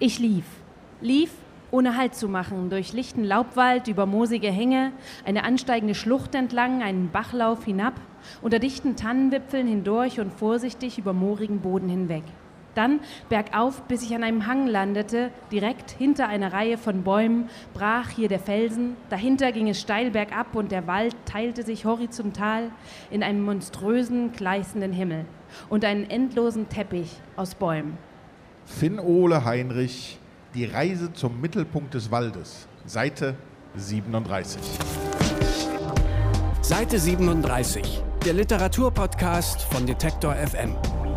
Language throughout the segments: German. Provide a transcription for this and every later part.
Ich lief, ohne Halt zu machen, durch lichten Laubwald, über moosige Hänge, eine ansteigende Schlucht entlang, einen Bachlauf hinab, unter dichten Tannenwipfeln hindurch und vorsichtig über moorigen Boden hinweg. Dann bergauf, bis ich an einem Hang landete, direkt hinter einer Reihe von Bäumen, brach hier der Felsen, dahinter ging es steil bergab und der Wald teilte sich horizontal in einen monströsen, gleißenden Himmel und einen endlosen Teppich aus Bäumen. Finn Ole Heinrich, Die Reise zum Mittelpunkt des Waldes, Seite 37. Seite 37, der Literaturpodcast von Detektor FM.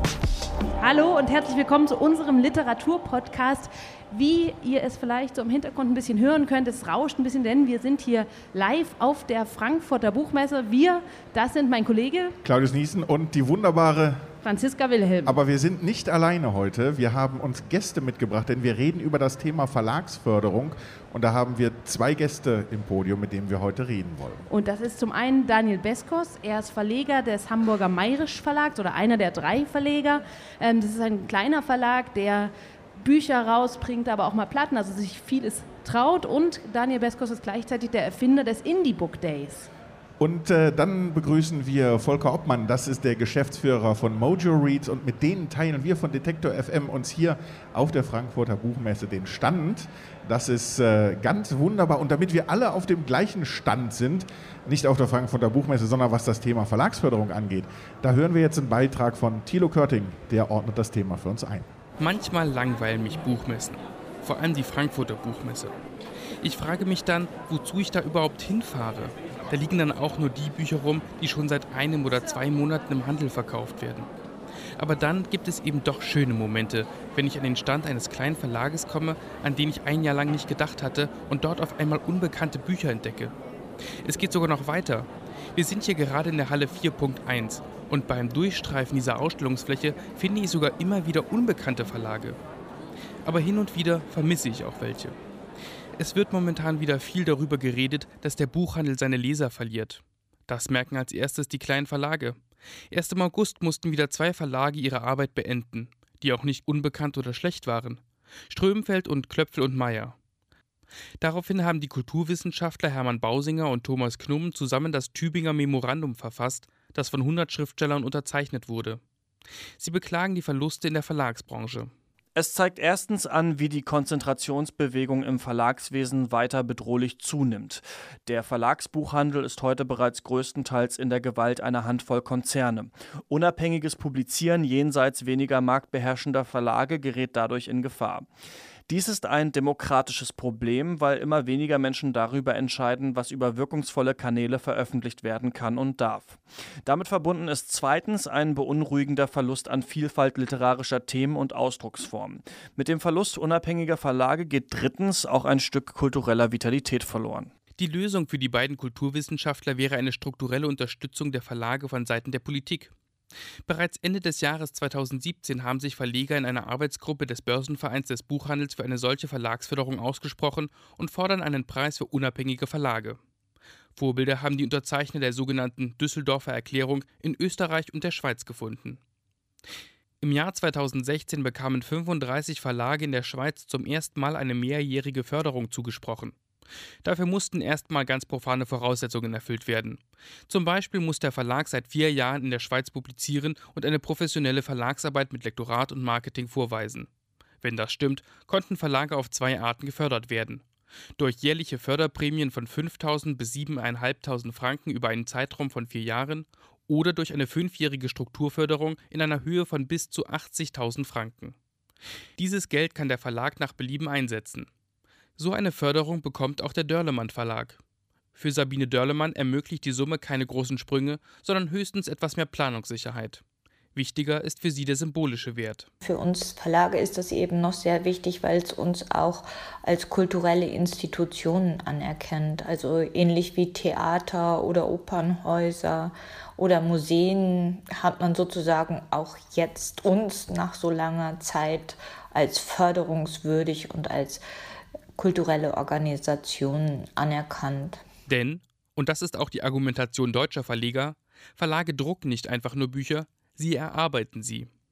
Hallo und herzlich willkommen zu unserem Literaturpodcast. Wie ihr es vielleicht so im Hintergrund ein bisschen hören könnt, es rauscht ein bisschen, denn wir sind hier live auf der Frankfurter Buchmesse. Das sind mein Kollege Claudius Niesen und die wunderbare Franziska Wilhelm. Aber wir sind nicht alleine heute. Wir haben uns Gäste mitgebracht, denn wir reden über das Thema Verlagsförderung. Und da haben wir 2 Gäste im Podium, mit denen wir heute reden wollen. Und das ist zum einen Daniel Beskos. Er ist Verleger des Hamburger Mayrisch Verlags oder einer der 3 Verleger. Das ist ein kleiner Verlag, der Bücher rausbringt, aber auch mal Platten, also sich vieles traut. Und Daniel Beskos ist gleichzeitig der Erfinder des Indie Book Days. Und dann begrüßen wir Volker Obmann, das ist der Geschäftsführer von Mojo Reads, und mit denen teilen wir von Detektor FM uns hier auf der Frankfurter Buchmesse den Stand. Das ist ganz wunderbar, und damit wir alle auf dem gleichen Stand sind, nicht auf der Frankfurter Buchmesse, sondern was das Thema Verlagsförderung angeht, da hören wir jetzt einen Beitrag von Thilo Körting, der ordnet das Thema für uns ein. Manchmal langweilen mich Buchmessen, vor allem die Frankfurter Buchmesse. Ich frage mich dann, wozu ich da überhaupt hinfahre. Da liegen dann auch nur die Bücher rum, die schon seit 1 oder 2 Monaten im Handel verkauft werden. Aber dann gibt es eben doch schöne Momente, wenn ich an den Stand eines kleinen Verlages komme, an den ich 1 Jahr lang nicht gedacht hatte und dort auf einmal unbekannte Bücher entdecke. Es geht sogar noch weiter. Wir sind hier gerade in der Halle 4.1 und beim Durchstreifen dieser Ausstellungsfläche finde ich sogar immer wieder unbekannte Verlage. Aber hin und wieder vermisse ich auch welche. Es wird momentan wieder viel darüber geredet, dass der Buchhandel seine Leser verliert. Das merken als erstes die kleinen Verlage. Erst im August mussten wieder 2 Verlage ihre Arbeit beenden, die auch nicht unbekannt oder schlecht waren. Strömfeld und Klöpfel und Meyer. Daraufhin haben die Kulturwissenschaftler Hermann Bausinger und Thomas Knumm zusammen das Tübinger Memorandum verfasst, das von 100 Schriftstellern unterzeichnet wurde. Sie beklagen die Verluste in der Verlagsbranche. Es zeigt erstens an, wie die Konzentrationsbewegung im Verlagswesen weiter bedrohlich zunimmt. Der Verlagsbuchhandel ist heute bereits größtenteils in der Gewalt einer Handvoll Konzerne. Unabhängiges Publizieren jenseits weniger marktbeherrschender Verlage gerät dadurch in Gefahr. Dies ist ein demokratisches Problem, weil immer weniger Menschen darüber entscheiden, was über wirkungsvolle Kanäle veröffentlicht werden kann und darf. Damit verbunden ist zweitens ein beunruhigender Verlust an Vielfalt literarischer Themen und Ausdrucksformen. Mit dem Verlust unabhängiger Verlage geht drittens auch ein Stück kultureller Vitalität verloren. Die Lösung für die beiden Kulturwissenschaftler wäre eine strukturelle Unterstützung der Verlage von Seiten der Politik. Bereits Ende des Jahres 2017 haben sich Verleger in einer Arbeitsgruppe des Börsenvereins des Buchhandels für eine solche Verlagsförderung ausgesprochen und fordern einen Preis für unabhängige Verlage. Vorbilder haben die Unterzeichner der sogenannten Düsseldorfer Erklärung in Österreich und der Schweiz gefunden. Im Jahr 2016 bekamen 35 Verlage in der Schweiz zum ersten Mal eine mehrjährige Förderung zugesprochen. Dafür mussten erstmal ganz profane Voraussetzungen erfüllt werden. Zum Beispiel muss der Verlag seit 4 Jahren in der Schweiz publizieren und eine professionelle Verlagsarbeit mit Lektorat und Marketing vorweisen. Wenn das stimmt, konnten Verlage auf 2 Arten gefördert werden. Durch jährliche Förderprämien von 5.000 bis 7.500 Franken über einen Zeitraum von 4 Jahren oder durch eine 5-jährige Strukturförderung in einer Höhe von bis zu 80.000 Franken. Dieses Geld kann der Verlag nach Belieben einsetzen. So eine Förderung bekommt auch der Dörlemann Verlag. Für Sabine Dörlemann ermöglicht die Summe keine großen Sprünge, sondern höchstens etwas mehr Planungssicherheit. Wichtiger ist für sie der symbolische Wert. Für uns Verlage ist das eben noch sehr wichtig, weil es uns auch als kulturelle Institutionen anerkennt. Also ähnlich wie Theater oder Opernhäuser oder Museen hat man sozusagen auch jetzt uns nach so langer Zeit als förderungswürdig und als kulturelle Organisationen anerkannt. Denn, und das ist auch die Argumentation deutscher Verleger, Verlage drucken nicht einfach nur Bücher, sie erarbeiten sie.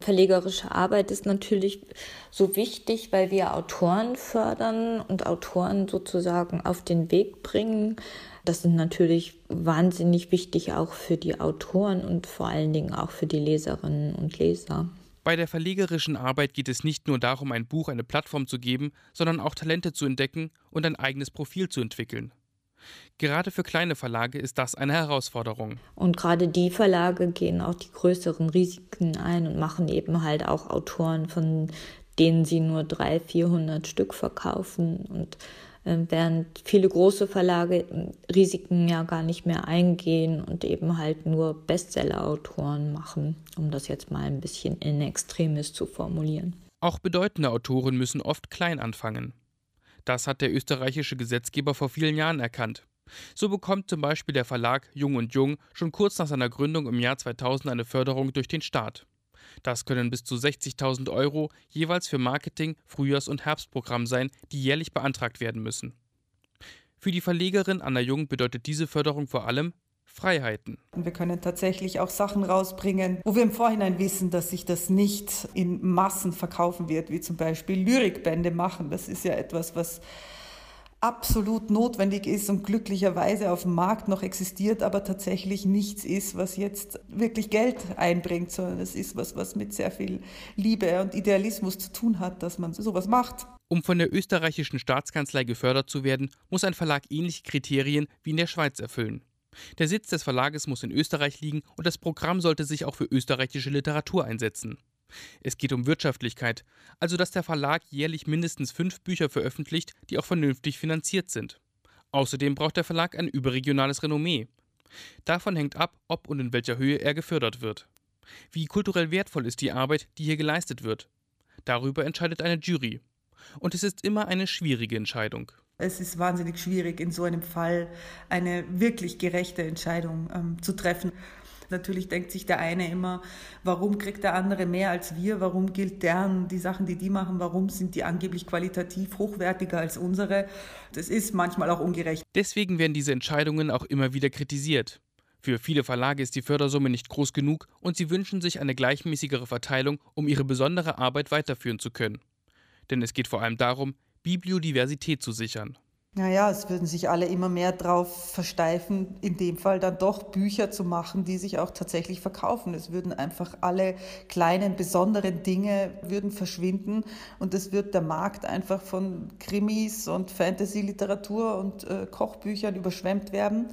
Verlegerische Arbeit ist natürlich so wichtig, weil wir Autoren fördern und Autoren sozusagen auf den Weg bringen. Das ist natürlich wahnsinnig wichtig auch für die Autoren und vor allen Dingen auch für die Leserinnen und Leser. Bei der verlegerischen Arbeit geht es nicht nur darum, ein Buch eine Plattform zu geben, sondern auch Talente zu entdecken und ein eigenes Profil zu entwickeln. Gerade für kleine Verlage ist das eine Herausforderung. Und gerade die Verlage gehen auch die größeren Risiken ein und machen eben halt auch Autoren, von denen sie nur 300-400 Stück verkaufen. Und während viele große Verlage Risiken ja gar nicht mehr eingehen und eben halt nur Bestseller-Autoren machen, um das jetzt mal ein bisschen in Extremis zu formulieren. Auch bedeutende Autoren müssen oft klein anfangen. Das hat der österreichische Gesetzgeber vor vielen Jahren erkannt. So bekommt zum Beispiel der Verlag Jung und Jung schon kurz nach seiner Gründung im Jahr 2000 eine Förderung durch den Staat. Das können bis zu 60.000 € jeweils für Marketing, Frühjahrs- und Herbstprogramm sein, die jährlich beantragt werden müssen. Für die Verlegerin Anna Jung bedeutet diese Förderung vor allem Freiheiten. Wir können tatsächlich auch Sachen rausbringen, wo wir im Vorhinein wissen, dass sich das nicht in Massen verkaufen wird, wie zum Beispiel Lyrikbände machen. Das ist ja etwas, was absolut notwendig ist und glücklicherweise auf dem Markt noch existiert, aber tatsächlich nichts ist, was jetzt wirklich Geld einbringt, sondern es ist was mit sehr viel Liebe und Idealismus zu tun hat, dass man sowas macht. Um von der österreichischen Staatskanzlei gefördert zu werden, muss ein Verlag ähnliche Kriterien wie in der Schweiz erfüllen. Der Sitz des Verlages muss in Österreich liegen und das Programm sollte sich auch für österreichische Literatur einsetzen. Es geht um Wirtschaftlichkeit, also dass der Verlag jährlich mindestens 5 Bücher veröffentlicht, die auch vernünftig finanziert sind. Außerdem braucht der Verlag ein überregionales Renommee. Davon hängt ab, ob und in welcher Höhe er gefördert wird. Wie kulturell wertvoll ist die Arbeit, die hier geleistet wird? Darüber entscheidet eine Jury. Und es ist immer eine schwierige Entscheidung. Es ist wahnsinnig schwierig, in so einem Fall eine wirklich gerechte Entscheidung zu treffen. Natürlich denkt sich der eine immer, warum kriegt der andere mehr als wir? Warum gilt die Sachen, die machen, warum sind die angeblich qualitativ hochwertiger als unsere? Das ist manchmal auch ungerecht. Deswegen werden diese Entscheidungen auch immer wieder kritisiert. Für viele Verlage ist die Fördersumme nicht groß genug und sie wünschen sich eine gleichmäßigere Verteilung, um ihre besondere Arbeit weiterführen zu können. Denn es geht vor allem darum, Bibliodiversität zu sichern. Naja, es würden sich alle immer mehr drauf versteifen, in dem Fall dann doch Bücher zu machen, die sich auch tatsächlich verkaufen. Es würden einfach alle kleinen, besonderen Dinge würden verschwinden und es wird der Markt einfach von Krimis und Fantasy-Literatur und Kochbüchern überschwemmt werden.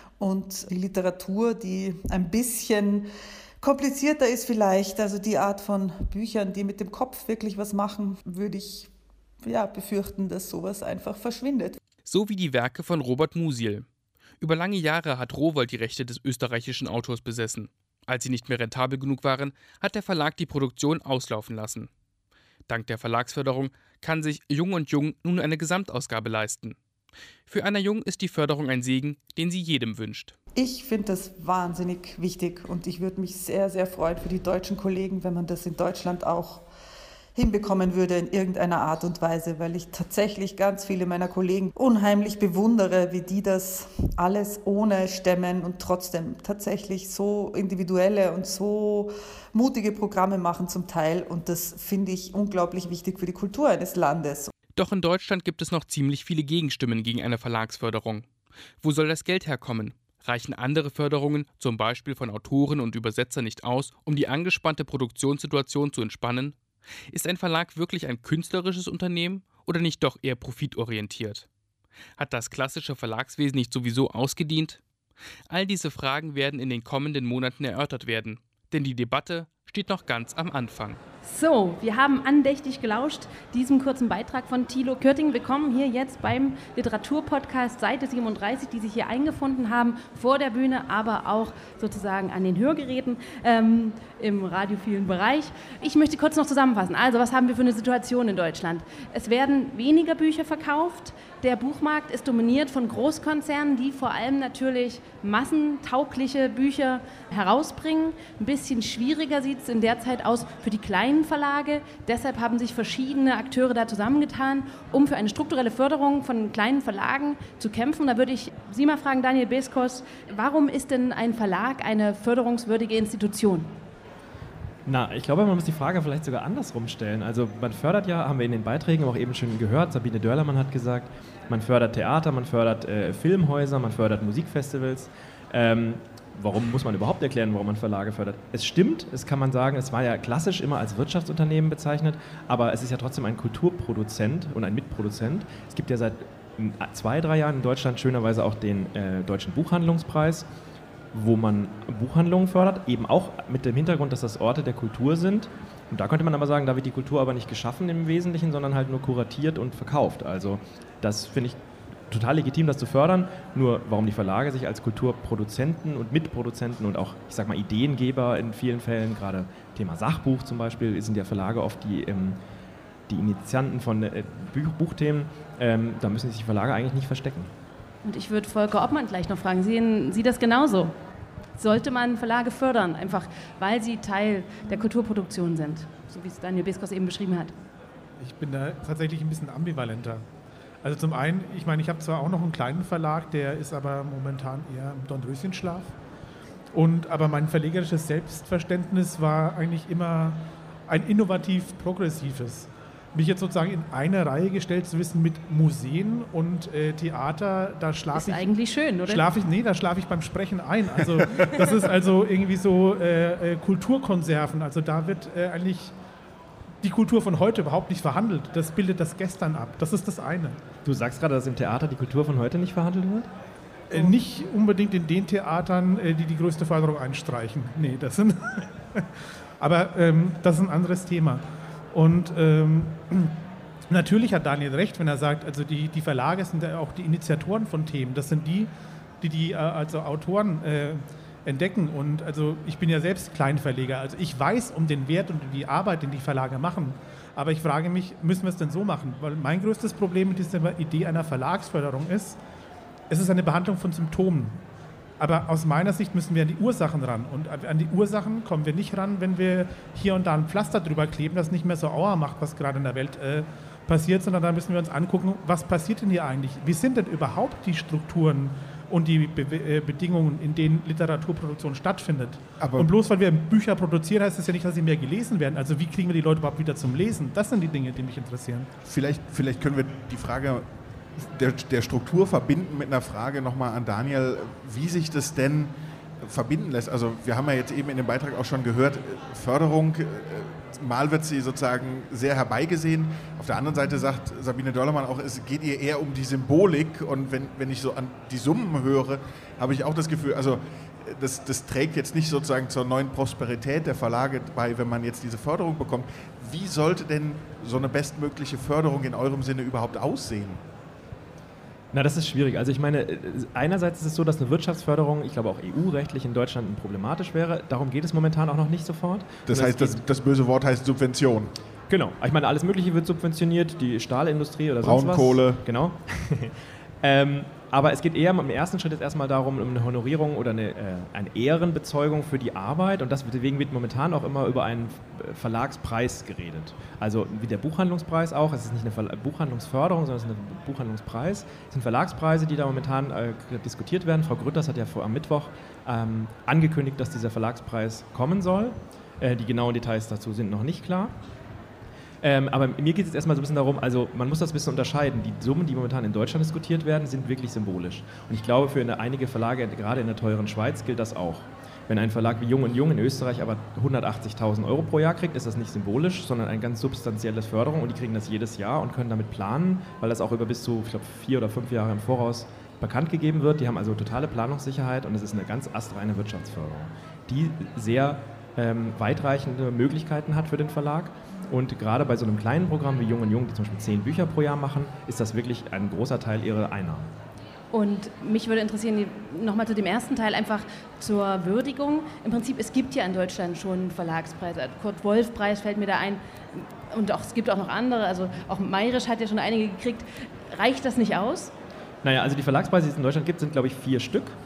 Und die Literatur, die ein bisschen komplizierter ist vielleicht, also die Art von Büchern, die mit dem Kopf wirklich was machen, würde ich befürchten, dass sowas einfach verschwindet. So wie die Werke von Robert Musil. Über lange Jahre hat Rowohlt die Rechte des österreichischen Autors besessen. Als sie nicht mehr rentabel genug waren, hat der Verlag die Produktion auslaufen lassen. Dank der Verlagsförderung kann sich Jung und Jung nun eine Gesamtausgabe leisten. Für Anna Jung ist die Förderung ein Segen, den sie jedem wünscht. Ich finde das wahnsinnig wichtig und ich würde mich sehr, sehr freuen für die deutschen Kollegen, wenn man das in Deutschland auch hinbekommen würde in irgendeiner Art und Weise, weil ich tatsächlich ganz viele meiner Kollegen unheimlich bewundere, wie die das alles ohne stemmen und trotzdem tatsächlich so individuelle und so mutige Programme machen zum Teil. Und das finde ich unglaublich wichtig für die Kultur eines Landes. Doch in Deutschland gibt es noch ziemlich viele Gegenstimmen gegen eine Verlagsförderung. Wo soll das Geld herkommen? Reichen andere Förderungen, zum Beispiel von Autoren und Übersetzern, nicht aus, um die angespannte Produktionssituation zu entspannen? Ist ein Verlag wirklich ein künstlerisches Unternehmen oder nicht doch eher profitorientiert? Hat das klassische Verlagswesen nicht sowieso ausgedient? All diese Fragen werden in den kommenden Monaten erörtert werden, denn die Debatte steht noch ganz am Anfang. So, wir haben andächtig gelauscht diesem kurzen Beitrag von Thilo Körting. Willkommen hier jetzt beim Literaturpodcast Seite 37, die sich hier eingefunden haben, vor der Bühne, aber auch sozusagen an den Hörgeräten im radiophilen Bereich. Ich möchte kurz noch zusammenfassen. Also, was haben wir für eine Situation in Deutschland? Es werden weniger Bücher verkauft. Der Buchmarkt ist dominiert von Großkonzernen, die vor allem natürlich massentaugliche Bücher herausbringen. Ein bisschen schwieriger sieht es in der Zeit aus für die kleinen Verlage. Deshalb haben sich verschiedene Akteure da zusammengetan, um für eine strukturelle Förderung von kleinen Verlagen zu kämpfen. Da würde ich Sie mal fragen, Daniel Beskos, warum ist denn ein Verlag eine förderungswürdige Institution? Na, ich glaube, man muss die Frage vielleicht sogar andersrum stellen. Also man fördert ja, haben wir in den Beiträgen auch eben schon gehört, Sabine Dörlermann hat gesagt, man fördert Theater, man fördert Filmhäuser, man fördert Musikfestivals. Warum muss man überhaupt erklären, warum man Verlage fördert? Es stimmt, es kann man sagen, es war ja klassisch immer als Wirtschaftsunternehmen bezeichnet, aber es ist ja trotzdem ein Kulturproduzent und ein Mitproduzent. Es gibt ja seit 2-3 Jahren in Deutschland schönerweise auch den Deutschen Buchhandlungspreis, wo man Buchhandlungen fördert, eben auch mit dem Hintergrund, dass das Orte der Kultur sind. Und da könnte man aber sagen, da wird die Kultur aber nicht geschaffen im Wesentlichen, sondern halt nur kuratiert und verkauft. Also das finde ich total legitim, das zu fördern. Nur warum die Verlage sich als Kulturproduzenten und Mitproduzenten und auch, ich sag mal, Ideengeber in vielen Fällen, gerade Thema Sachbuch zum Beispiel, sind ja Verlage oft die Initianten von Buchthemen, da müssen sich die Verlage eigentlich nicht verstecken. Und ich würde Volker Obmann gleich noch fragen, sehen Sie das genauso? Sollte man Verlage fördern, einfach weil sie Teil der Kulturproduktion sind, so wie es Daniel Beskos eben beschrieben hat? Ich bin da tatsächlich ein bisschen ambivalenter. Also zum einen, ich meine, ich habe zwar auch noch einen kleinen Verlag, der ist aber momentan eher im Dornröschenschlaf. Aber mein verlegerisches Selbstverständnis war eigentlich immer ein innovativ-progressives. Mich jetzt sozusagen in eine Reihe gestellt zu wissen mit Museen und Theater, da schlafe ich... Ist eigentlich schön, oder? Da schlafe ich beim Sprechen ein. Also das ist also irgendwie so Kulturkonserven. Also da wird eigentlich die Kultur von heute überhaupt nicht verhandelt. Das bildet das Gestern ab. Das ist das eine. Du sagst gerade, dass im Theater die Kultur von heute nicht verhandelt wird? Nicht unbedingt in den Theatern, die größte Förderung einstreichen. Nee, das sind... Aber das ist ein anderes Thema. Und natürlich hat Daniel recht, wenn er sagt, also die Verlage sind ja auch die Initiatoren von Themen. Das sind die also Autoren entdecken. Und also ich bin ja selbst Kleinverleger. Also ich weiß um den Wert und die Arbeit, den die Verlage machen. Aber ich frage mich, müssen wir es denn so machen? Weil mein größtes Problem mit dieser Idee einer Verlagsförderung ist, es ist eine Behandlung von Symptomen. Aber aus meiner Sicht müssen wir an die Ursachen ran. Und an die Ursachen kommen wir nicht ran, wenn wir hier und da ein Pflaster drüber kleben, das nicht mehr so Aua macht, was gerade in der Welt passiert, sondern da müssen wir uns angucken, was passiert denn hier eigentlich? Wie sind denn überhaupt die Strukturen und die Bedingungen, in denen Literaturproduktion stattfindet? Und bloß weil wir Bücher produzieren, heißt das ja nicht, dass sie mehr gelesen werden. Also wie kriegen wir die Leute überhaupt wieder zum Lesen? Das sind die Dinge, die mich interessieren. Vielleicht können wir die Frage der Struktur verbinden mit einer Frage nochmal an Daniel, wie sich das denn verbinden lässt. Also wir haben ja jetzt eben in dem Beitrag auch schon gehört, Förderung, mal wird sie sozusagen sehr herbeigesehen. Auf der anderen Seite sagt Sabine Dörlermann auch, es geht ihr eher um die Symbolik, und wenn ich so an die Summen höre, habe ich auch das Gefühl, also das trägt jetzt nicht sozusagen zur neuen Prosperität der Verlage bei, wenn man jetzt diese Förderung bekommt. Wie sollte denn so eine bestmögliche Förderung in eurem Sinne überhaupt aussehen? Na, das ist schwierig. Also ich meine, einerseits ist es so, dass eine Wirtschaftsförderung, ich glaube auch EU-rechtlich in Deutschland problematisch wäre. Darum geht es momentan auch noch nicht sofort. Das heißt, das böse Wort heißt Subvention. Genau. Ich meine, alles Mögliche wird subventioniert, die Stahlindustrie oder sonst was. Braunkohle. Genau. Aber es geht eher im ersten Schritt jetzt erstmal darum, um eine Honorierung oder eine Ehrenbezeugung für die Arbeit, und deswegen wird momentan auch immer über einen Verlagspreis geredet. Also wie der Buchhandlungspreis auch, es ist nicht eine Buchhandlungsförderung, sondern es ist ein Buchhandlungspreis. Es sind Verlagspreise, die da momentan diskutiert werden. Frau Grütters hat ja am Mittwoch angekündigt, dass dieser Verlagspreis kommen soll. Die genauen Details dazu sind noch nicht klar. Aber mir geht es jetzt erstmal so ein bisschen darum, also man muss das ein bisschen unterscheiden. Die Summen, die momentan in Deutschland diskutiert werden, sind wirklich symbolisch. Und ich glaube, für einige Verlage, gerade in der teuren Schweiz, gilt das auch. Wenn ein Verlag wie Jung & Jung in Österreich aber 180.000 € pro Jahr kriegt, ist das nicht symbolisch, sondern eine ganz substanzielle Förderung, und die kriegen das jedes Jahr und können damit planen, weil das auch über bis zu, ich glaube, 4 oder 5 Jahre im Voraus bekannt gegeben wird. Die haben also totale Planungssicherheit, und es ist eine ganz astreine Wirtschaftsförderung, die sehr weitreichende Möglichkeiten hat für den Verlag. Und gerade bei so einem kleinen Programm wie Jung & Jung, die zum Beispiel 10 Bücher pro Jahr machen, ist das wirklich ein großer Teil ihrer Einnahmen. Und mich würde interessieren, nochmal zu dem ersten Teil, einfach zur Würdigung. Im Prinzip, es gibt ja in Deutschland schon einen Verlagspreis. Kurt-Wolf-Preis fällt mir da ein. Und es gibt auch noch andere. Also auch Mayrisch hat ja schon einige gekriegt. Reicht das nicht aus? Naja, also die Verlagspreise, die es in Deutschland gibt, sind, glaube ich, 4 Stück.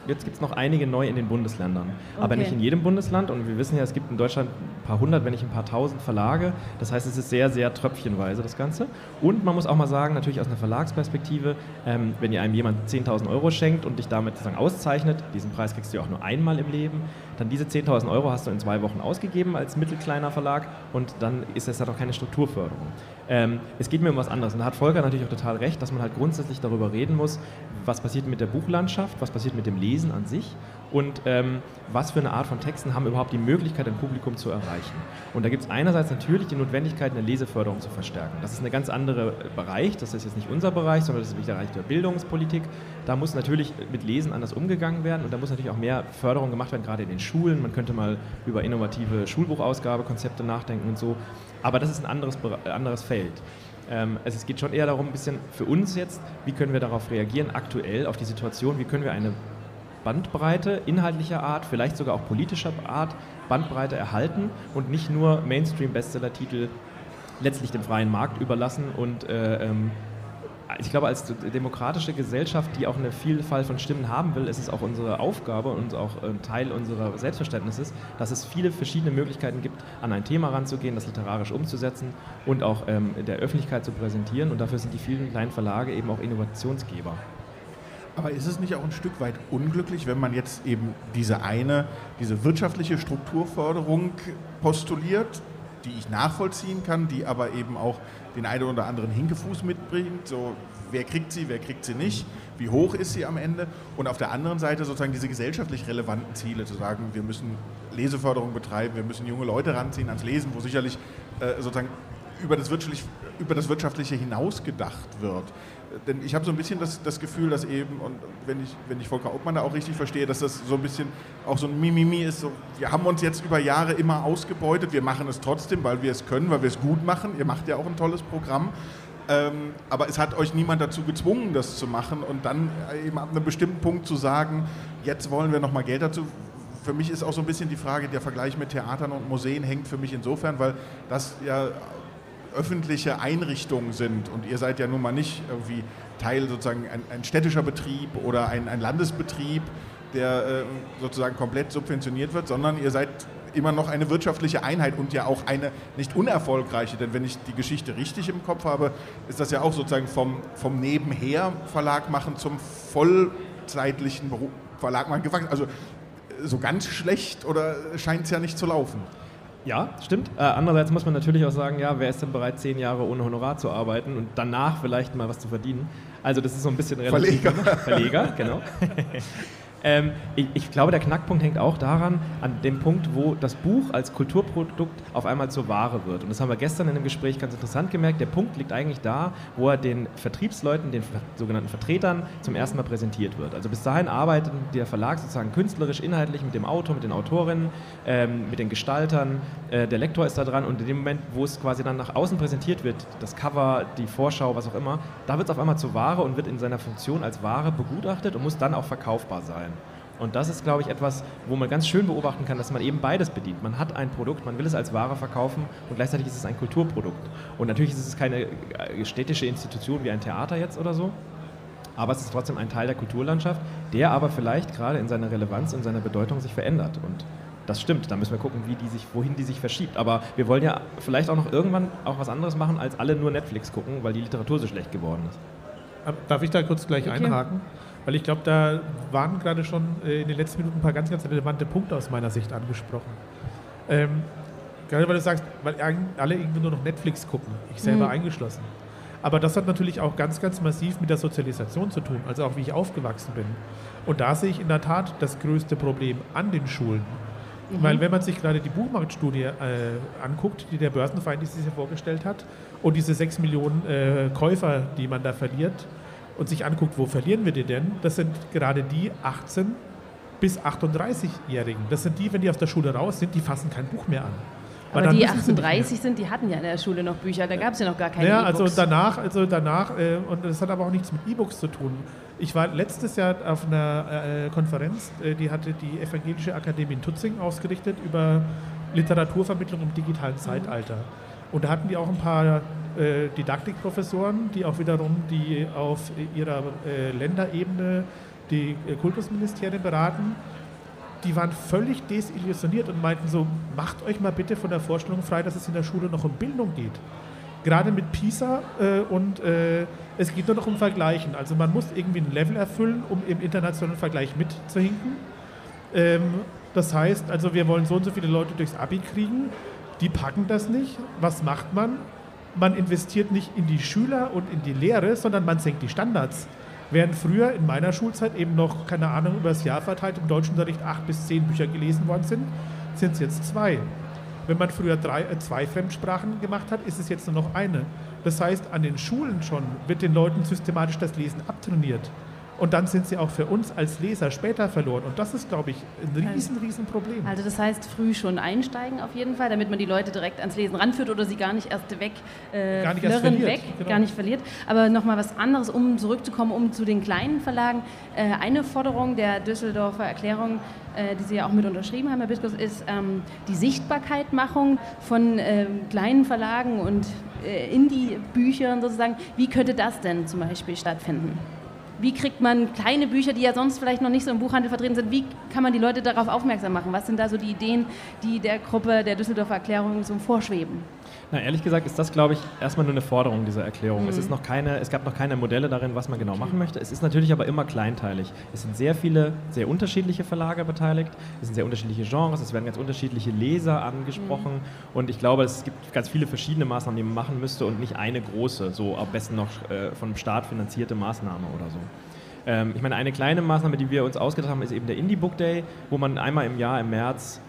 jetzt gibt es noch einige neu in den Bundesländern. Okay. Aber nicht in jedem Bundesland. Und wir wissen ja, es gibt in Deutschland ein paar hundert, wenn nicht ein paar tausend Verlage. Das heißt, es ist sehr, sehr tröpfchenweise das Ganze. Und man muss auch mal sagen, natürlich aus einer Verlagsperspektive, wenn ihr einem jemand 10.000 Euro schenkt und dich damit sozusagen auszeichnet, diesen Preis kriegst du ja auch nur einmal im Leben, dann diese 10.000 Euro hast du in 2 Wochen ausgegeben als mittelkleiner Verlag und dann ist das halt auch keine Strukturförderung. Es geht mir um was anderes. Und da hat Volker natürlich auch total recht, dass man halt grundsätzlich darüber reden muss, was passiert mit der Buchlandschaft, was passiert mit dem Lesen an sich und was für eine Art von Texten haben überhaupt die Möglichkeit, ein Publikum zu erreichen. Und da gibt es einerseits natürlich die Notwendigkeit, eine Leseförderung zu verstärken. Das ist ein ganz anderer Bereich, das ist jetzt nicht unser Bereich, sondern das ist der Bereich der Bildungspolitik. Da muss natürlich mit Lesen anders umgegangen werden und da muss natürlich auch mehr Förderung gemacht werden, gerade in den Schulen. Man könnte mal über innovative Schulbuchausgabekonzepte nachdenken und so. Aber das ist ein anderes Feld. Also es geht schon eher darum, ein bisschen für uns jetzt, wie können wir darauf reagieren, aktuell auf die Situation, wie können wir eine Bandbreite inhaltlicher Art, vielleicht sogar auch politischer Art, Bandbreite erhalten und nicht nur Mainstream-Bestseller-Titel letztlich dem freien Markt überlassen und ich glaube, als demokratische Gesellschaft, die auch eine Vielfalt von Stimmen haben will, ist es auch unsere Aufgabe und auch ein Teil unserer Selbstverständnisses, dass es viele verschiedene Möglichkeiten gibt, an ein Thema ranzugehen, das literarisch umzusetzen und auch der Öffentlichkeit zu präsentieren. Und dafür sind die vielen kleinen Verlage eben auch Innovationsgeber. Aber ist es nicht auch ein Stück weit unglücklich, wenn man jetzt eben diese wirtschaftliche Strukturförderung postuliert, die ich nachvollziehen kann, die aber eben auch den einen oder anderen Hinkefuß mitbringt, so wer kriegt sie nicht, wie hoch ist sie am Ende und auf der anderen Seite sozusagen diese gesellschaftlich relevanten Ziele, zu sagen, wir müssen Leseförderung betreiben, wir müssen junge Leute ranziehen ans Lesen, wo sicherlich sozusagen über das Wirtschaftliche hinaus gedacht wird. Denn ich habe so ein bisschen das Gefühl, dass eben, und wenn ich Volker Obmann da auch richtig verstehe, dass das so ein bisschen auch so ein Mimimi ist, so, wir haben uns jetzt über Jahre immer ausgebeutet, wir machen es trotzdem, weil wir es können, weil wir es gut machen, ihr macht ja auch ein tolles Programm, aber es hat euch niemand dazu gezwungen, das zu machen und dann eben ab einem bestimmten Punkt zu sagen, jetzt wollen wir nochmal Geld dazu. Für mich ist auch so ein bisschen die Frage, der Vergleich mit Theatern und Museen hängt für mich insofern, weil das ja öffentliche Einrichtungen sind und ihr seid ja nun mal nicht irgendwie Teil sozusagen ein städtischer Betrieb oder ein Landesbetrieb, der sozusagen komplett subventioniert wird, sondern ihr seid immer noch eine wirtschaftliche Einheit und ja auch eine nicht unerfolgreiche, denn wenn ich die Geschichte richtig im Kopf habe, ist das ja auch sozusagen vom Nebenher Verlag machen zum vollzeitlichen Verlag machen gewachsen. Also so ganz schlecht oder scheint es ja nicht zu laufen. Ja, stimmt. Andererseits muss man natürlich auch sagen, ja, wer ist denn bereit, 10 Jahre ohne Honorar zu arbeiten und danach vielleicht mal was zu verdienen? Also das ist so ein bisschen relativ... Verleger, genau. Ich glaube, der Knackpunkt hängt auch daran, an dem Punkt, wo das Buch als Kulturprodukt auf einmal zur Ware wird. Und das haben wir gestern in einem Gespräch ganz interessant gemerkt. Der Punkt liegt eigentlich da, wo er den Vertriebsleuten, den sogenannten Vertretern, zum ersten Mal präsentiert wird. Also bis dahin arbeitet der Verlag sozusagen künstlerisch, inhaltlich mit dem Autor, mit den Autorinnen, mit den Gestaltern. Der Lektor ist da dran und in dem Moment, wo es quasi dann nach außen präsentiert wird, das Cover, die Vorschau, was auch immer, da wird es auf einmal zur Ware und wird in seiner Funktion als Ware begutachtet und muss dann auch verkaufbar sein. Und das ist, glaube ich, etwas, wo man ganz schön beobachten kann, dass man eben beides bedient. Man hat ein Produkt, man will es als Ware verkaufen und gleichzeitig ist es ein Kulturprodukt. Und natürlich ist es keine städtische Institution wie ein Theater jetzt oder so, aber es ist trotzdem ein Teil der Kulturlandschaft, der aber vielleicht gerade in seiner Relevanz und seiner Bedeutung sich verändert. Und das stimmt, da müssen wir gucken, wohin die sich verschiebt. Aber wir wollen ja vielleicht auch noch irgendwann auch was anderes machen, als alle nur Netflix gucken, weil die Literatur so schlecht geworden ist. Darf ich da kurz gleich einhaken? Weil ich glaube, da waren gerade schon in den letzten Minuten ein paar ganz, ganz relevante Punkte aus meiner Sicht angesprochen. Gerade weil du sagst, weil alle irgendwie nur noch Netflix gucken, ich selber eingeschlossen. Aber das hat natürlich auch ganz, ganz massiv mit der Sozialisation zu tun, also auch wie ich aufgewachsen bin. Und da sehe ich in der Tat das größte Problem an den Schulen. Weil wenn man sich gerade die Buchmarktstudie anguckt, die der Börsenverein dieses Jahr vorgestellt hat, und diese 6 Millionen Käufer, die man da verliert, und sich anguckt, wo verlieren wir die denn, das sind gerade die 18- bis 38-Jährigen. Das sind die, wenn die aus der Schule raus sind, die fassen kein Buch mehr an. Aber die 38 sind, die hatten ja in der Schule noch Bücher, da gab es ja noch gar keine E-Books. Also danach, und das hat aber auch nichts mit E-Books zu tun. Ich war letztes Jahr auf einer Konferenz, die hatte die Evangelische Akademie in Tutzing ausgerichtet über Literaturvermittlung im digitalen Zeitalter. Und da hatten die auch ein paar Didaktikprofessoren, die auch wiederum die auf ihrer Länderebene die Kultusministerien beraten, die waren völlig desillusioniert und meinten so, macht euch mal bitte von der Vorstellung frei, dass es in der Schule noch um Bildung geht. Gerade mit PISA und es geht nur noch um Vergleichen. Also man muss irgendwie ein Level erfüllen, um im internationalen Vergleich mitzuhinken. Das heißt, also wir wollen so und so viele Leute durchs Abi kriegen, die packen das nicht. Was macht man? Man investiert nicht in die Schüler und in die Lehre, sondern man senkt die Standards. Während früher in meiner Schulzeit eben noch, keine Ahnung, über das Jahr verteilt im Deutschunterricht 8 bis 10 Bücher gelesen worden sind, sind es jetzt 2. Wenn man früher 2 Fremdsprachen gemacht hat, ist es jetzt nur noch eine. Das heißt, an den Schulen schon wird den Leuten systematisch das Lesen abtrainiert. Und dann sind sie auch für uns als Leser später verloren. Und das ist, glaube ich, ein riesen Problem. Also das heißt, früh schon einsteigen auf jeden Fall, damit man die Leute direkt ans Lesen ranführt oder sie gar nicht erst gar nicht verliert. Aber nochmal was anderes, um zurückzukommen, zu den kleinen Verlagen. Eine Forderung der Düsseldorfer Erklärung, die Sie ja auch mit unterschrieben haben, Herr Biskus, ist die Sichtbarkeitmachung von kleinen Verlagen und Indie-Büchern sozusagen. Wie könnte das denn zum Beispiel stattfinden? Wie kriegt man kleine Bücher, die ja sonst vielleicht noch nicht so im Buchhandel vertreten sind, wie kann man die Leute darauf aufmerksam machen? Was sind da so die Ideen, die der Gruppe der Düsseldorfer Erklärung so vorschweben? Na, ehrlich gesagt ist das, glaube ich, erstmal nur eine Forderung dieser Erklärung. Es gab noch keine Modelle darin, was man genau machen möchte. Es ist natürlich aber immer kleinteilig. Es sind sehr viele, sehr unterschiedliche Verlage beteiligt. Es sind sehr unterschiedliche Genres. Es werden ganz unterschiedliche Leser angesprochen. Und ich glaube, es gibt ganz viele verschiedene Maßnahmen, die man machen müsste und nicht eine große, so am besten noch vom Staat finanzierte Maßnahme oder so. Ich meine, eine kleine Maßnahme, die wir uns ausgedacht haben, ist eben der Indie Book Day, wo man einmal im Jahr, im März,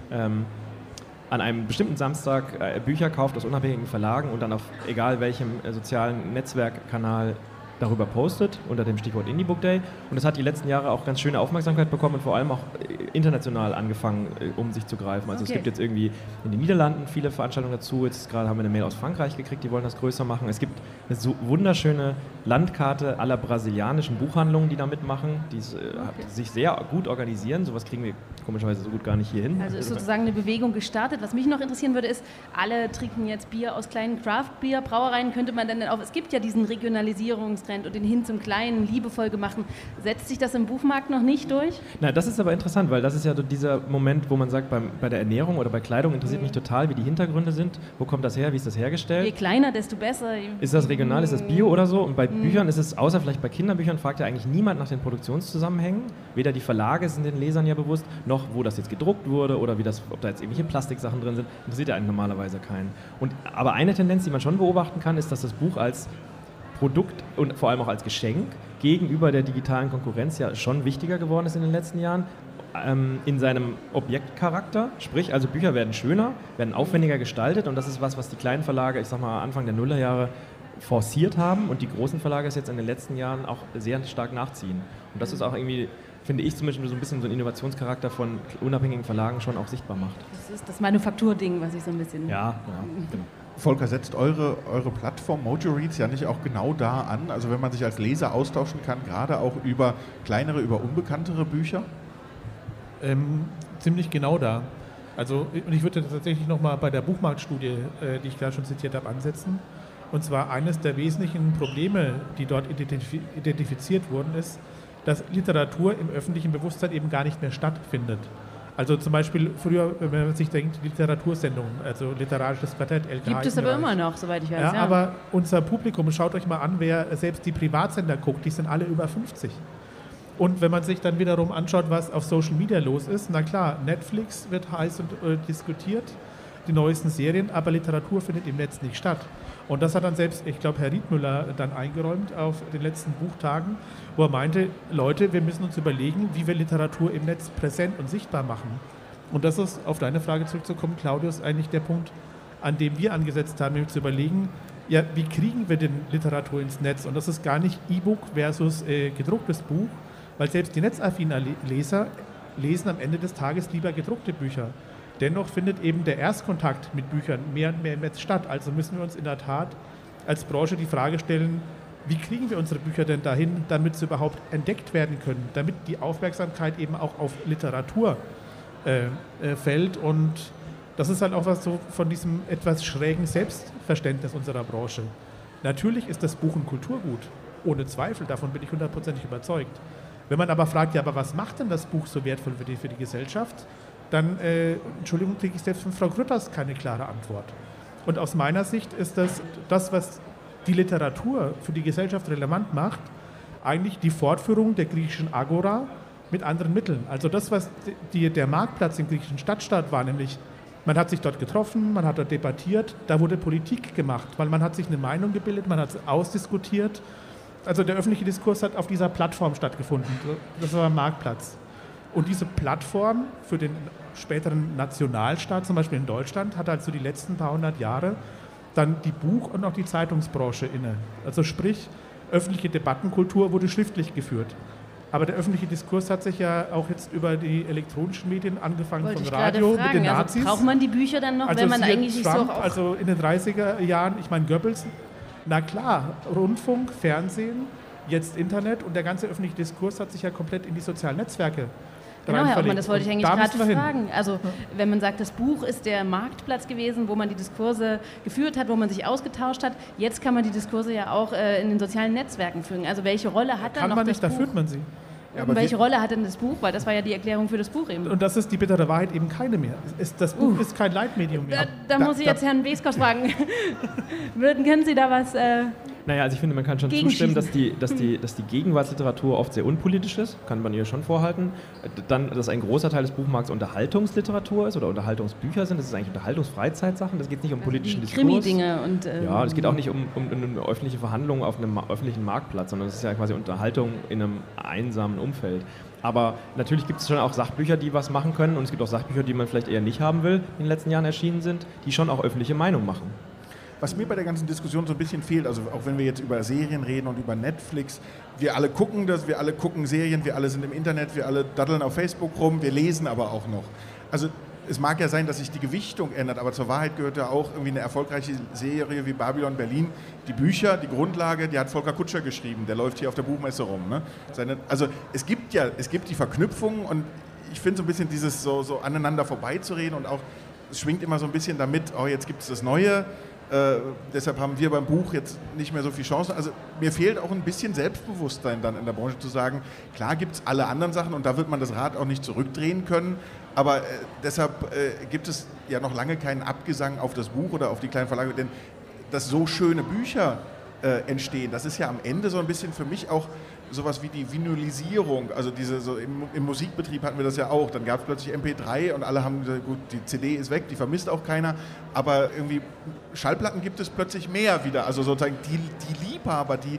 an einem bestimmten Samstag Bücher kauft aus unabhängigen Verlagen und dann auf egal welchem sozialen Netzwerkkanal darüber postet, unter dem Stichwort Indie Book Day. Und das hat die letzten Jahre auch ganz schöne Aufmerksamkeit bekommen und vor allem auch international angefangen, um sich zu greifen. Also es gibt jetzt irgendwie in den Niederlanden viele Veranstaltungen dazu. Jetzt gerade haben wir eine Mail aus Frankreich gekriegt, die wollen das größer machen. Es gibt eine so wunderschöne Landkarte aller brasilianischen Buchhandlungen, die da mitmachen, die sich sehr gut organisieren. Sowas kriegen wir komischerweise so gut gar nicht hier hin. Also ist sozusagen eine Bewegung gestartet. Was mich noch interessieren würde, ist, alle trinken jetzt Bier aus kleinen Craft-Bier-Brauereien. Könnte man denn auch, es gibt ja diesen Regionalisierungstrend und den hin zum Kleinen, liebevoll gemachten. Setzt sich das im Buchmarkt noch nicht durch? Na, das ist aber interessant, weil das ist ja dieser Moment, wo man sagt, bei der Ernährung oder bei Kleidung interessiert mich total, wie die Hintergründe sind. Wo kommt das her? Wie ist das hergestellt? Je kleiner, desto besser. Ist das regional? Ist das Bio oder so? Und bei Büchern ist es, außer vielleicht bei Kinderbüchern, fragt ja eigentlich niemand nach den Produktionszusammenhängen. Weder die Verlage sind den Lesern ja bewusst, noch wo das jetzt gedruckt wurde oder ob da jetzt irgendwelche Plastiksachen drin sind. Interessiert ja eigentlich normalerweise keinen. Aber eine Tendenz, die man schon beobachten kann, ist, dass das Buch als Produkt und vor allem auch als Geschenk gegenüber der digitalen Konkurrenz ja schon wichtiger geworden ist in den letzten Jahren, in seinem Objektcharakter, sprich also Bücher werden schöner, werden aufwendiger gestaltet und das ist was die kleinen Verlage, ich sag mal Anfang der Nullerjahre forciert haben und die großen Verlage es jetzt in den letzten Jahren auch sehr stark nachziehen. Und das ist auch irgendwie, finde ich zumindest so ein bisschen so ein Innovationscharakter von unabhängigen Verlagen schon auch sichtbar macht. Das ist das Manufakturding, was ich so ein bisschen... Ja, genau. Volker, setzt eure Plattform Mojo Reads ja nicht auch genau da an? Also wenn man sich als Leser austauschen kann, gerade auch über kleinere, über unbekanntere Bücher? Ziemlich genau da. Also, und ich würde tatsächlich nochmal bei der Buchmarktstudie, die ich gerade schon zitiert habe, ansetzen. Und zwar eines der wesentlichen Probleme, die dort identifiziert wurden, ist, dass Literatur im öffentlichen Bewusstsein eben gar nicht mehr stattfindet. Also zum Beispiel früher, wenn man sich denkt, Literatursendungen, also literarisches Quartett, LKH. Gibt es aber immer noch, soweit ich weiß. Ja, aber unser Publikum, schaut euch mal an, wer selbst die Privatsender guckt, die sind alle über 50. Und wenn man sich dann wiederum anschaut, was auf Social Media los ist, na klar, Netflix wird heiß und diskutiert, die neuesten Serien, aber Literatur findet im Netz nicht statt. Und das hat dann selbst, ich glaube, Herr Riedmüller dann eingeräumt auf den letzten Buchtagen, wo er meinte, Leute, wir müssen uns überlegen, wie wir Literatur im Netz präsent und sichtbar machen. Und das ist, auf deine Frage zurückzukommen, Claudius, eigentlich der Punkt, an dem wir angesetzt haben, nämlich zu überlegen, ja, wie kriegen wir denn Literatur ins Netz? Und das ist gar nicht E-Book versus gedrucktes Buch, weil selbst die netzaffinen Leser lesen am Ende des Tages lieber gedruckte Bücher. Dennoch findet eben der Erstkontakt mit Büchern mehr und mehr im Netz statt. Also müssen wir uns in der Tat als Branche die Frage stellen, wie kriegen wir unsere Bücher denn dahin, damit sie überhaupt entdeckt werden können, damit die Aufmerksamkeit eben auch auf Literatur fällt. Und das ist halt auch was so von diesem etwas schrägen Selbstverständnis unserer Branche. Natürlich ist das Buch ein Kulturgut, ohne Zweifel, davon bin ich 100%ig überzeugt. Wenn man aber fragt, ja, aber was macht denn das Buch so wertvoll für die Gesellschaft, dann, Entschuldigung, kriege ich selbst von Frau Grütters keine klare Antwort. Und aus meiner Sicht ist das, was die Literatur für die Gesellschaft relevant macht, eigentlich die Fortführung der griechischen Agora mit anderen Mitteln. Also das, was der Marktplatz im griechischen Stadtstaat war, nämlich man hat sich dort getroffen, man hat dort debattiert, da wurde Politik gemacht, weil man hat sich eine Meinung gebildet, man hat es ausdiskutiert. Also der öffentliche Diskurs hat auf dieser Plattform stattgefunden. Das war ein Marktplatz. Und diese Plattform für den späteren Nationalstaat, zum Beispiel in Deutschland, hat also die letzten paar hundert Jahre dann die Buch- und auch die Zeitungsbranche inne. Also sprich, öffentliche Debattenkultur wurde schriftlich geführt. Aber der öffentliche Diskurs hat sich ja auch jetzt über die elektronischen Medien angefangen von Radio mit den Nazis. Also braucht man die Bücher dann noch, also wenn man eigentlich nicht Trump, so auch... Also in den 30er Jahren, ich meine Goebbels, na klar, Rundfunk, Fernsehen, jetzt Internet und der ganze öffentliche Diskurs hat sich ja komplett in die sozialen Netzwerke Genau, Herr Obmann, das wollte ich eigentlich gerade fragen. Hin. Also wenn man sagt, das Buch ist der Marktplatz gewesen, wo man die Diskurse geführt hat, wo man sich ausgetauscht hat, jetzt kann man die Diskurse ja auch in den sozialen Netzwerken führen. Also welche Rolle hat dann noch das Buch? Da führt man sie. Ja, und welche Rolle hat denn das Buch? Weil das war ja die Erklärung für das Buch eben. Und das ist die bittere Wahrheit, eben keine mehr. Das Buch ist kein Leitmedium mehr. Da muss ich jetzt Herrn Weskos fragen. Können Sie da was... Naja, also ich finde, man kann schon zustimmen, dass die Gegenwartsliteratur oft sehr unpolitisch ist, kann man ihr schon vorhalten. Dann, dass ein großer Teil des Buchmarkts Unterhaltungsliteratur ist oder Unterhaltungsbücher sind, das ist eigentlich Unterhaltungsfreizeitsachen, das geht nicht um politischen Diskurs. Krimi-Dinge und... ja, es geht auch nicht um eine öffentliche Verhandlung auf einem öffentlichen Marktplatz, sondern es ist ja quasi Unterhaltung in einem einsamen Umfeld. Aber natürlich gibt es schon auch Sachbücher, die was machen können und es gibt auch Sachbücher, die man vielleicht eher nicht haben will, die in den letzten Jahren erschienen sind, die schon auch öffentliche Meinung machen. Was mir bei der ganzen Diskussion so ein bisschen fehlt, also auch wenn wir jetzt über Serien reden und über Netflix, wir alle gucken das, wir alle gucken Serien, wir alle sind im Internet, wir alle daddeln auf Facebook rum, wir lesen aber auch noch. Also es mag ja sein, dass sich die Gewichtung ändert, aber zur Wahrheit gehört ja auch irgendwie eine erfolgreiche Serie wie Babylon Berlin. Die Bücher, die Grundlage, die hat Volker Kutscher geschrieben, der läuft hier auf der Buchmesse rum. Ne? Also es gibt die Verknüpfungen und ich finde so ein bisschen dieses so aneinander vorbeizureden und auch, es schwingt immer so ein bisschen damit, oh jetzt gibt es das Neue. Deshalb haben wir beim Buch jetzt nicht mehr so viel Chancen. Also mir fehlt auch ein bisschen Selbstbewusstsein dann in der Branche zu sagen, klar gibt es alle anderen Sachen und da wird man das Rad auch nicht zurückdrehen können, aber deshalb gibt es ja noch lange keinen Abgesang auf das Buch oder auf die kleinen Verlage, denn dass so schöne Bücher entstehen, das ist ja am Ende so ein bisschen für mich auch sowas wie die Vinylisierung, also im Musikbetrieb hatten wir das ja auch, dann gab es plötzlich MP3 und alle haben gesagt, gut, die CD ist weg, die vermisst auch keiner, aber irgendwie Schallplatten gibt es plötzlich mehr wieder, also sozusagen die Liebhaber, die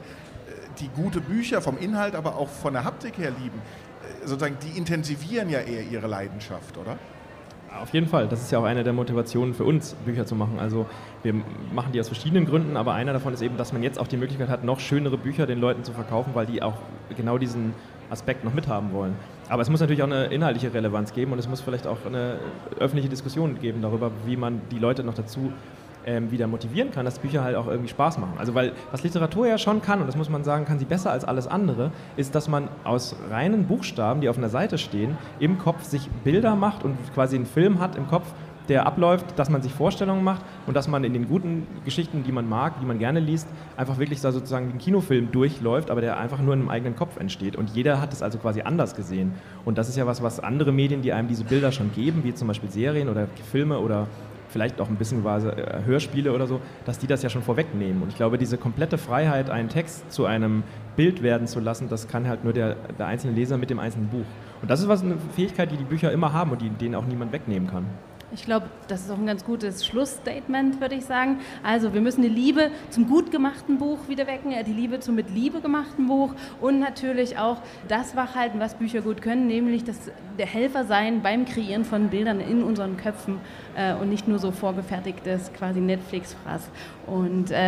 gute Bücher vom Inhalt, aber auch von der Haptik her lieben, sozusagen die intensivieren ja eher ihre Leidenschaft, oder? Auf jeden Fall. Das ist ja auch eine der Motivationen für uns, Bücher zu machen. Also wir machen die aus verschiedenen Gründen, aber einer davon ist eben, dass man jetzt auch die Möglichkeit hat, noch schönere Bücher den Leuten zu verkaufen, weil die auch genau diesen Aspekt noch mithaben wollen. Aber es muss natürlich auch eine inhaltliche Relevanz geben und es muss vielleicht auch eine öffentliche Diskussion geben darüber, wie man die Leute noch dazu wieder motivieren kann, dass Bücher halt auch irgendwie Spaß machen. Also weil was Literatur ja schon kann, und das muss man sagen, kann sie besser als alles andere, ist, dass man aus reinen Buchstaben, die auf einer Seite stehen, im Kopf sich Bilder macht und quasi einen Film hat im Kopf, der abläuft, dass man sich Vorstellungen macht und dass man in den guten Geschichten, die man mag, die man gerne liest, einfach wirklich da sozusagen wie ein Kinofilm durchläuft, aber der einfach nur in einem eigenen Kopf entsteht. Und jeder hat es also quasi anders gesehen. Und das ist ja was andere Medien, die einem diese Bilder schon geben, wie zum Beispiel Serien oder Filme oder vielleicht auch ein bisschen Hörspiele oder so, dass die das ja schon vorwegnehmen. Und ich glaube, diese komplette Freiheit, einen Text zu einem Bild werden zu lassen, das kann halt nur der einzelne Leser mit dem einzelnen Buch. Und das ist eine Fähigkeit, die Bücher immer haben und denen auch niemand wegnehmen kann. Ich glaube, das ist auch ein ganz gutes Schlussstatement, würde ich sagen. Also wir müssen die Liebe zum gut gemachten Buch wieder wecken, die Liebe zum mit Liebe gemachten Buch und natürlich auch das wachhalten, was Bücher gut können, nämlich der Helfer sein beim Kreieren von Bildern in unseren Köpfen und nicht nur so vorgefertigtes quasi Netflix-Fraß. Und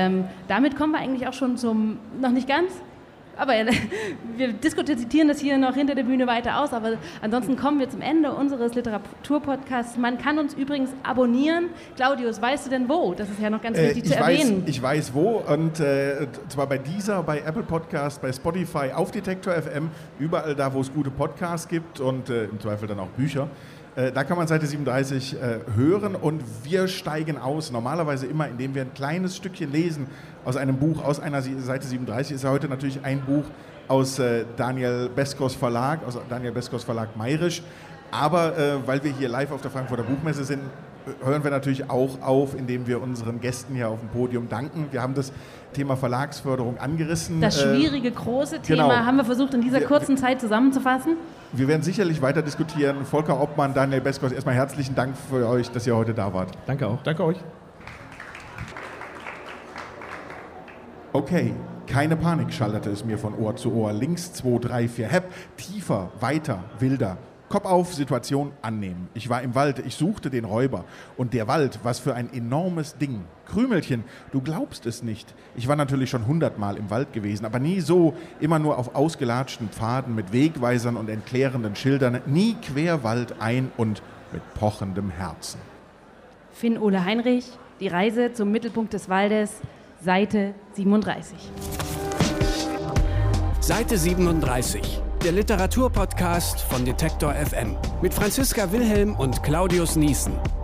damit kommen wir eigentlich auch schon zum, noch nicht ganz, aber wir diskutieren das hier noch hinter der Bühne weiter aus, aber ansonsten kommen wir zum Ende unseres Literaturpodcasts. Man kann uns übrigens abonnieren. Claudius, weißt du denn wo? Das ist ja noch ganz wichtig zu erwähnen. Ich weiß wo und zwar bei Deezer, bei Apple Podcast, bei Spotify, auf Detektor FM, überall da, wo es gute Podcasts gibt und im Zweifel dann auch Bücher. Da kann man Seite 37 hören und wir steigen aus. Normalerweise immer, indem wir ein kleines Stückchen lesen aus einem Buch, aus einer Seite 37. Ist ja heute natürlich ein Buch aus Daniel Beskos Verlag Mayrisch. Aber weil wir hier live auf der Frankfurter Buchmesse sind, hören wir natürlich auch auf, indem wir unseren Gästen hier auf dem Podium danken. Wir haben das Thema Verlagsförderung angerissen. Das schwierige, große Thema haben wir versucht in dieser kurzen Zeit zusammenzufassen. Wir werden sicherlich weiter diskutieren. Volker Obmann, Daniel Beskos, erstmal herzlichen Dank für euch, dass ihr heute da wart. Danke auch. Danke euch. Okay, keine Panik, schallerte es mir von Ohr zu Ohr. Links 2, 3, 4, Hepp, tiefer, weiter, wilder. Kopf auf, Situation annehmen. Ich war im Wald, ich suchte den Räuber. Und der Wald, was für ein enormes Ding. Krümelchen, du glaubst es nicht. Ich war natürlich schon 100-mal im Wald gewesen, aber nie so, immer nur auf ausgelatschten Pfaden mit Wegweisern und entklärenden Schildern, nie querwald ein und mit pochendem Herzen. Finn Ole Heinrich, die Reise zum Mittelpunkt des Waldes, Seite 37. Seite 37, der Literaturpodcast von Detektor FM mit Franziska Wilhelm und Claudius Niesen.